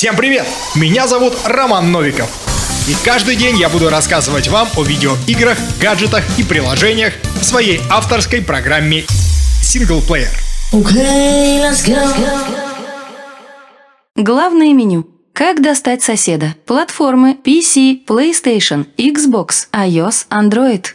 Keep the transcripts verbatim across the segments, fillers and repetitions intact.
Всем привет! Меня зовут Роман Новиков. И каждый день я буду рассказывать вам о видеоиграх, гаджетах и приложениях в своей авторской программе «Синглплеер». Okay, let's go. Главное меню. Как достать соседа? Платформы пи си, PlayStation, Xbox, iOS, Android.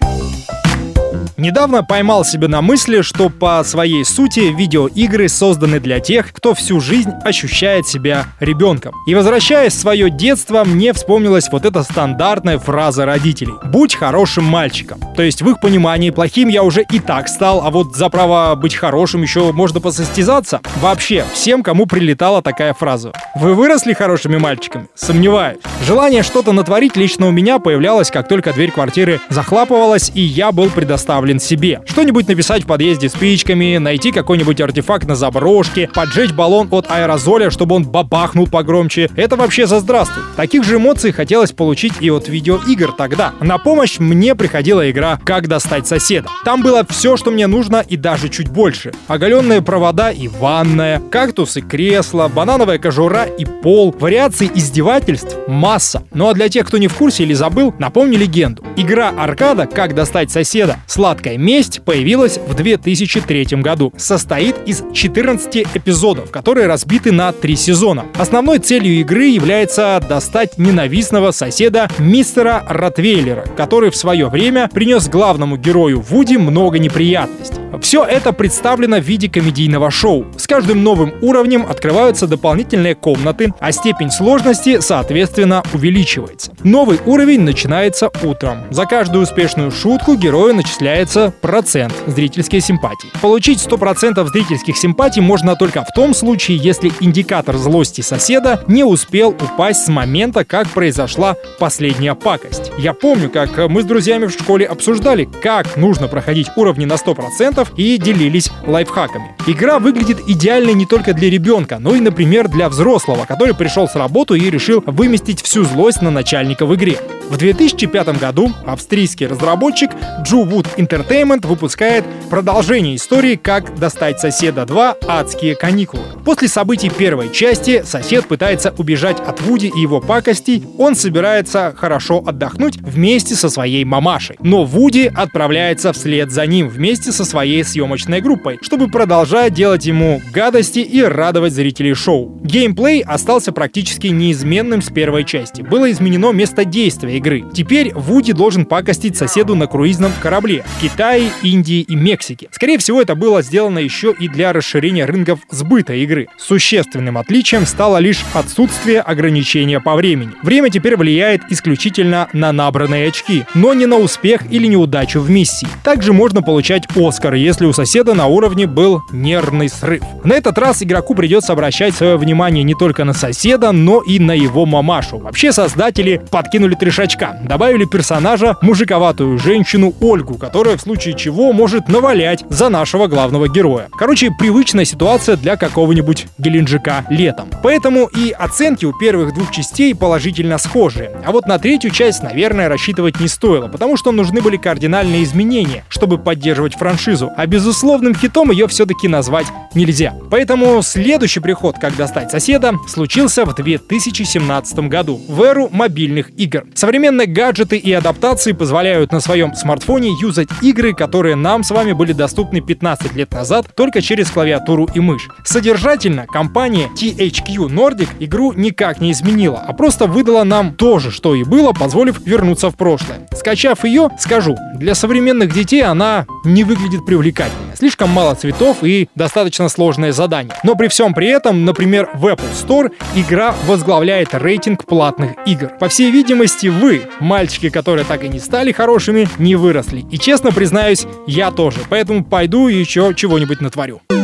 Недавно поймал себя на мысли, что по своей сути видеоигры созданы для тех, кто всю жизнь ощущает себя ребенком. И возвращаясь в свое детство, мне вспомнилась вот эта стандартная фраза родителей: «Будь хорошим мальчиком». То есть в их понимании плохим я уже и так стал, а вот за право быть хорошим еще можно посостязаться. Вообще, всем, кому прилетала такая фраза. Вы выросли хорошими мальчиками? Сомневаюсь. Желание что-то натворить лично у меня появлялось, как только дверь квартиры захлапывалась, и я был предоставлен себе. Что-нибудь написать в подъезде спичками, найти какой-нибудь артефакт на заброшке, поджечь баллон от аэрозоля, чтобы он бабахнул погромче. Это вообще за здравствуй. Таких же эмоций хотелось получить и от видеоигр тогда. На помощь мне приходила игра «Как достать соседа». Там было все, что мне нужно, и даже чуть больше. Оголенные провода и ванная, кактус и кресло, банановая кожура и пол. Вариаций издевательств масса. Ну а для тех, кто не в курсе или забыл, напомню легенду. Игра аркада «Как достать соседа. Сладкая месть» появилась в две тысячи третьем году. Состоит из четырнадцати эпизодов, которые разбиты на три сезона. Основной целью игры является достать ненавистного соседа мистера Ротвейлера, который в свое время принес главному герою Вуди много неприятностей. Все это представлено в виде комедийного шоу. С каждым новым уровнем открываются дополнительные комнаты, а степень сложности, соответственно, увеличивается. Новый уровень начинается утром. За каждую успешную шутку герою начисляется процент зрительской симпатии. Получить сто процентов зрительских симпатий можно только в том случае, если индикатор злости соседа не успел упасть с момента, как произошла последняя пакость. Я помню, как мы с друзьями в школе обсуждали, как нужно проходить уровни на сто процентов, и делились лайфхаками. Игра выглядит идеальной не только для ребенка, но и, например, для взрослого, который пришел с работы и решил выместить всю злость на начальника в игре. В две тысячи пятом году австрийский разработчик Juwood Entertainment выпускает продолжение истории «Как достать соседа два. Адские каникулы». После событий первой части сосед пытается убежать от Вуди и его пакостей. Он собирается хорошо отдохнуть вместе со своей мамашей. Но Вуди отправляется вслед за ним вместе со своей съемочной группой, чтобы продолжать делать ему гадости и радовать зрителей шоу. Геймплей остался практически неизменным с первой части. Было изменено место действия игры. Теперь Вуди должен пакостить соседу на круизном корабле в Китае, Индии и Мексике. Скорее всего, это было сделано еще и для расширения рынков сбыта игры. Существенным отличием стало лишь отсутствие ограничения по времени. Время теперь влияет исключительно на набранные очки, но не на успех или неудачу в миссии. Также можно получать Оскар, если у соседа на уровне был нервный срыв. На этот раз игроку придется обращать свое внимание не только на соседа, но и на его мамашу. Вообще создатели подкинули трешачка, добавили персонажа мужиковатую женщину Ольгу, которая в случае чего может навалять за нашего главного героя. Короче, привычная ситуация для какого-нибудь Геленджика летом. Поэтому и оценки у первых двух частей положительно схожие. А вот на третью часть, наверное, рассчитывать не стоило, потому что нужны были кардинальные изменения, чтобы поддерживать франшизу, а безусловным хитом ее все-таки назвать нельзя. Поэтому следующий приход «Как достать соседа» случился в две тысячи семнадцатом году, в эру мобильных игр. Современные гаджеты и адаптации позволяют на своем смартфоне юзать игры, которые нам с вами были доступны пятнадцать лет назад только через клавиатуру и мышь. Содержательно компания ти эйч кью Nordic игру никак не изменила, а просто выдала нам то же, что и было, позволив вернуться в прошлое. Скачав ее, скажу, для современных детей она не выглядит привлекательно. Слишком мало цветов и достаточно сложное задание. Но при всем при этом, например, в Apple Store игра возглавляет рейтинг платных игр. По всей видимости, вы, мальчики, которые так и не стали хорошими, не выросли. И честно признаюсь, я тоже. Поэтому пойду и еще чего-нибудь натворю.